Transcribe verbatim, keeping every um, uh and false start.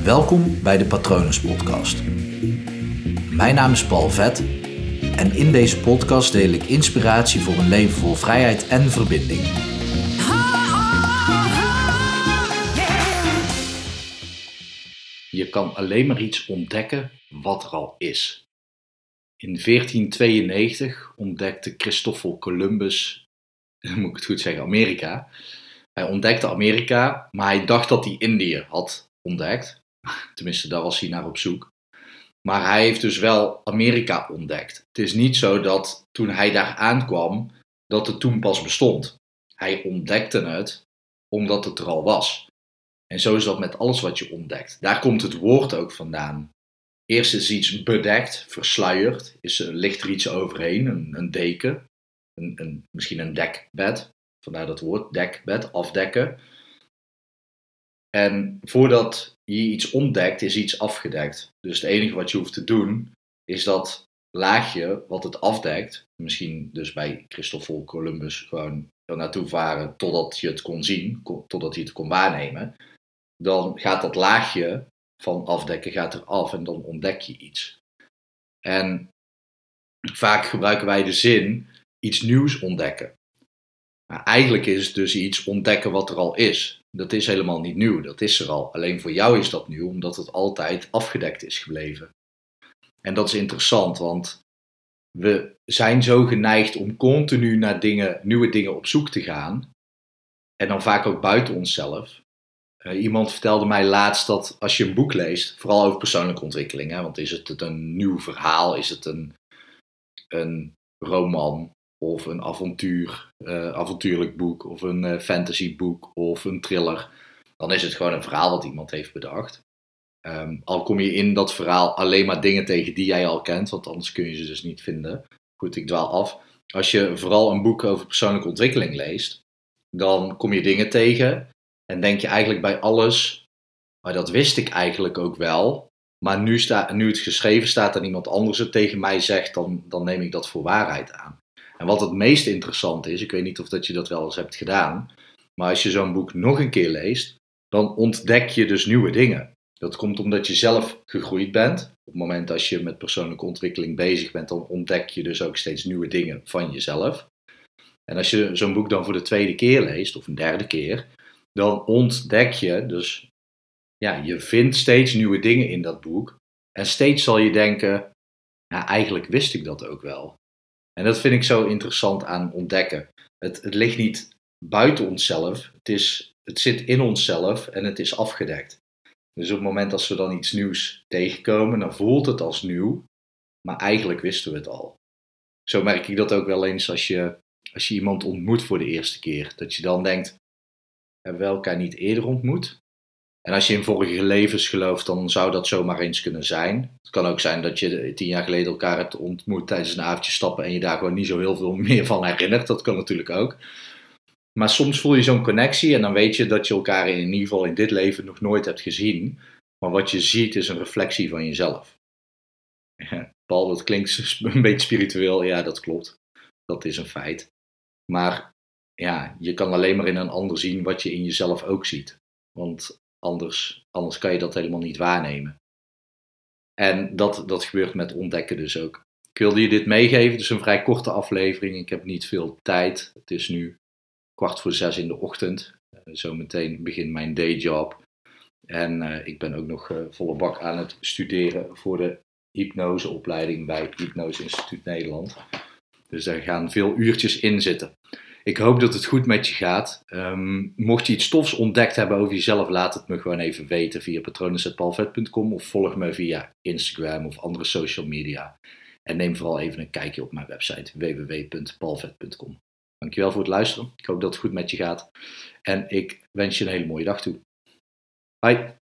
Welkom bij de Patronus Podcast. Mijn naam is Paul Vet en in deze podcast deel ik inspiratie voor een leven vol vrijheid en verbinding. Je kan alleen maar iets ontdekken wat er al is. In veertien tweeënnegentig ontdekte Christoffel Columbus, moet ik het goed zeggen, Amerika. Hij ontdekte Amerika, maar hij dacht dat hij Indië had ontdekt. Tenminste, daar was hij naar op zoek. Maar hij heeft dus wel Amerika ontdekt. Het is niet zo dat toen hij daar aankwam, dat het toen pas bestond. Hij ontdekte het omdat het er al was. En zo is dat met alles wat je ontdekt. Daar komt het woord ook vandaan. Eerst is iets bedekt, versluierd, is, ligt er iets overheen, een, een deken, een, een, misschien een dekbed. Vandaar dat woord, dekbed, afdekken. En voordat je iets ontdekt, is iets afgedekt. Dus het enige wat je hoeft te doen, is dat laagje wat het afdekt, misschien dus bij Christoffel Columbus gewoon er naartoe varen totdat je het kon zien, totdat hij het kon waarnemen. Dan gaat dat laagje van afdekken gaat er af en dan ontdek je iets. En vaak gebruiken wij de zin iets nieuws ontdekken. Maar eigenlijk is het dus iets ontdekken wat er al is. Dat is helemaal niet nieuw, dat is er al. Alleen voor jou is dat nieuw, omdat het altijd afgedekt is gebleven. En dat is interessant, want we zijn zo geneigd om continu naar dingen, nieuwe dingen op zoek te gaan. En dan vaak ook buiten onszelf. Uh, iemand vertelde mij laatst dat als je een boek leest, vooral over persoonlijke ontwikkeling, hè, want is het een nieuw verhaal, is het een, een roman of een avontuur, uh, avontuurlijk boek of een uh, fantasyboek of een thriller, dan is het gewoon een verhaal wat iemand heeft bedacht. Um, al kom je in dat verhaal alleen maar dingen tegen die jij al kent, want anders kun je ze dus niet vinden. Goed, ik dwaal af. Als je vooral een boek over persoonlijke ontwikkeling leest, dan kom je dingen tegen en denk je eigenlijk bij alles, maar dat wist ik eigenlijk ook wel, maar nu, sta, nu het geschreven staat en iemand anders het tegen mij zegt, dan, dan neem ik dat voor waarheid aan. En wat het meest interessant is, ik weet niet of dat je dat wel eens hebt gedaan, maar als je zo'n boek nog een keer leest, dan ontdek je dus nieuwe dingen. Dat komt omdat je zelf gegroeid bent. Op het moment dat je met persoonlijke ontwikkeling bezig bent, dan ontdek je dus ook steeds nieuwe dingen van jezelf. En als je zo'n boek dan voor de tweede keer leest, of een derde keer, dan ontdek je dus, ja, je vindt steeds nieuwe dingen in dat boek. En steeds zal je denken, ja, eigenlijk wist ik dat ook wel. En dat vind ik zo interessant aan ontdekken. Het, het ligt niet buiten onszelf, het, is, het zit in onszelf en het is afgedekt. Dus op het moment dat we dan iets nieuws tegenkomen, dan voelt het als nieuw, maar eigenlijk wisten we het al. Zo merk ik dat ook wel eens als je, als je iemand ontmoet voor de eerste keer. Dat je dan denkt, hebben we elkaar niet eerder ontmoet? En als je in vorige levens gelooft, dan zou dat zomaar eens kunnen zijn. Het kan ook zijn dat je tien jaar geleden elkaar hebt ontmoet tijdens een avondje stappen en je daar gewoon niet zo heel veel meer van herinnert. Dat kan natuurlijk ook. Maar soms voel je zo'n connectie en dan weet je dat je elkaar in ieder geval in dit leven nog nooit hebt gezien. Maar wat je ziet is een reflectie van jezelf. Paul, dat klinkt een beetje spiritueel. Ja, dat klopt. Dat is een feit. Maar ja, je kan alleen maar in een ander zien wat je in jezelf ook ziet. Want anders, anders kan je dat helemaal niet waarnemen. En dat, dat gebeurt met ontdekken dus ook. Ik wilde je dit meegeven, het is een vrij korte aflevering. Ik heb niet veel tijd. Het is nu kwart voor zes in de ochtend. Uh, zometeen begint mijn dayjob. En uh, ik ben ook nog uh, volle bak aan het studeren voor de hypnoseopleiding bij Hypnose Instituut Nederland. Dus daar gaan veel uurtjes in zitten. Ik hoop dat het goed met je gaat. Um, mocht je iets tofs ontdekt hebben over jezelf, laat het me gewoon even weten via patronus punt palvet punt com of volg me via Instagram of andere social media. En neem vooral even een kijkje op mijn website w w w punt palvet punt com. Dankjewel voor het luisteren. Ik hoop dat het goed met je gaat. En ik wens je een hele mooie dag toe. Bye.